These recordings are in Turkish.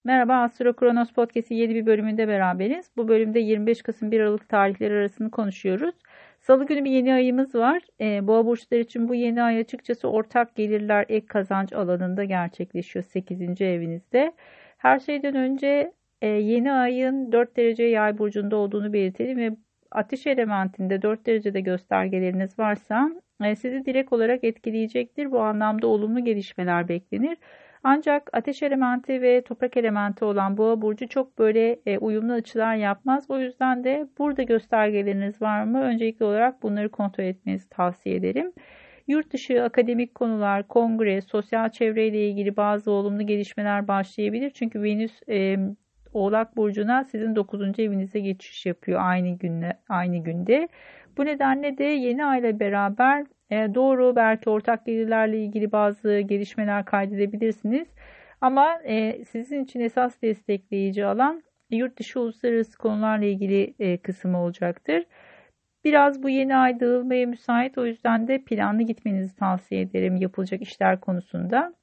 Merhaba, Astro Kronos Podcast'in yeni bir bölümünde beraberiz. Bu bölümde 25 Kasım 1 Aralık tarihleri arasını konuşuyoruz. Salı günü bir yeni ayımız var. Boğa burçları için bu yeni ay açıkçası ortak gelirler, ek kazanç alanında gerçekleşiyor 8. evinizde. Her şeyden önce yeni ayın 4 derece yay burcunda olduğunu belirtelim ve ateş elementinde 4 derecede göstergeleriniz varsa sizi direkt olarak etkileyecektir. Bu anlamda olumlu gelişmeler beklenir. Ancak ateş elementi ve toprak elementi olan boğa burcu çok böyle uyumlu açılar yapmaz. O yüzden de burada göstergeleriniz var mı? Öncelikli olarak bunları kontrol etmenizi tavsiye ederim. Yurt dışı akademik konular, kongre, sosyal çevreyle ilgili bazı olumlu gelişmeler başlayabilir. Çünkü Venüs Oğlak burcuna sizin 9. evinize geçiş yapıyor aynı günde. Bu nedenle de yeni ay ile beraber doğru belki ortak gelirlerle ilgili bazı gelişmeler kaydedebilirsiniz. Ama sizin için esas destekleyici alan yurt dışı uluslararası konularla ilgili kısım olacaktır. Biraz bu yeni ay dağılmaya müsait, o yüzden de planlı gitmenizi tavsiye ederim yapılacak işler konusunda.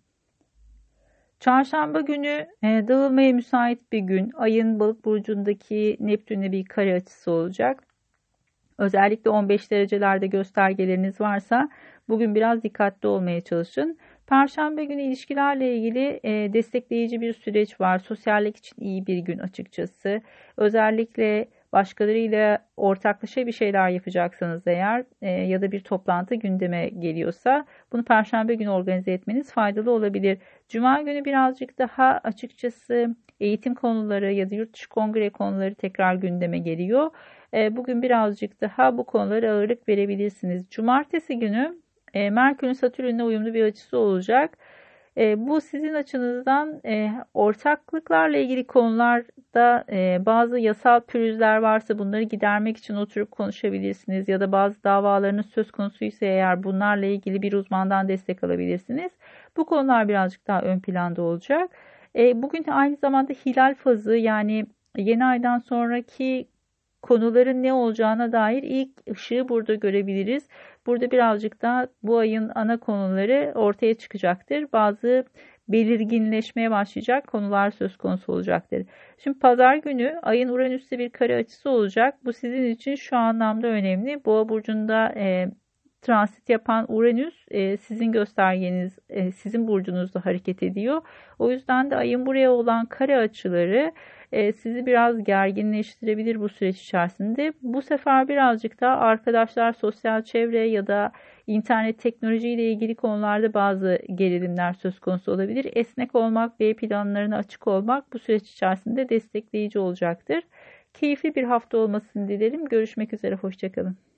Çarşamba günü dağılmaya müsait bir gün. Ayın balık burcundaki Neptün'le bir kare açısı olacak. Özellikle 15 derecelerde göstergeleriniz varsa bugün biraz dikkatli olmaya çalışın. Perşembe günü ilişkilerle ilgili destekleyici bir süreç var. Sosyallik için iyi bir gün açıkçası. Özellikle başkalarıyla ortaklaşa bir şeyler yapacaksanız eğer ya da bir toplantı gündeme geliyorsa bunu Perşembe günü organize etmeniz faydalı olabilir. Cuma günü birazcık daha açıkçası eğitim konuları ya da yurt dışı kongre konuları tekrar gündeme geliyor. Bugün birazcık daha bu konulara ağırlık verebilirsiniz. Cumartesi günü Merkür'ün Satürn'le uyumlu bir açısı olacak. Bu sizin açınızdan ortaklıklarla ilgili konularda bazı yasal pürüzler varsa bunları gidermek için oturup konuşabilirsiniz. Ya da bazı davalarınız söz konusuysa eğer bunlarla ilgili bir uzmandan destek alabilirsiniz. Bu konular birazcık daha ön planda olacak. Bugün aynı zamanda hilal fazı, yani yeni aydan sonraki konuların ne olacağına dair ilk ışığı burada görebiliriz. Burada birazcık daha bu ayın ana konuları ortaya çıkacaktır. Bazı belirginleşmeye başlayacak konular söz konusu olacaktır. Şimdi pazar günü ayın Uranüs'te bir kare açısı olacak. Bu sizin için şu anlamda önemli. Boğa burcunda transit yapan Uranüs sizin göstergeniz, sizin burcunuzda hareket ediyor. O yüzden de ayın buraya olan kare açıları sizi biraz gerginleştirebilir bu süreç içerisinde. Bu sefer birazcık daha arkadaşlar, sosyal çevre ya da internet teknolojiyle ilgili konularda bazı gerilimler söz konusu olabilir. Esnek olmak ve planlarına açık olmak bu süreç içerisinde destekleyici olacaktır. Keyifli bir hafta olmasını dilerim. Görüşmek üzere, hoşça kalın.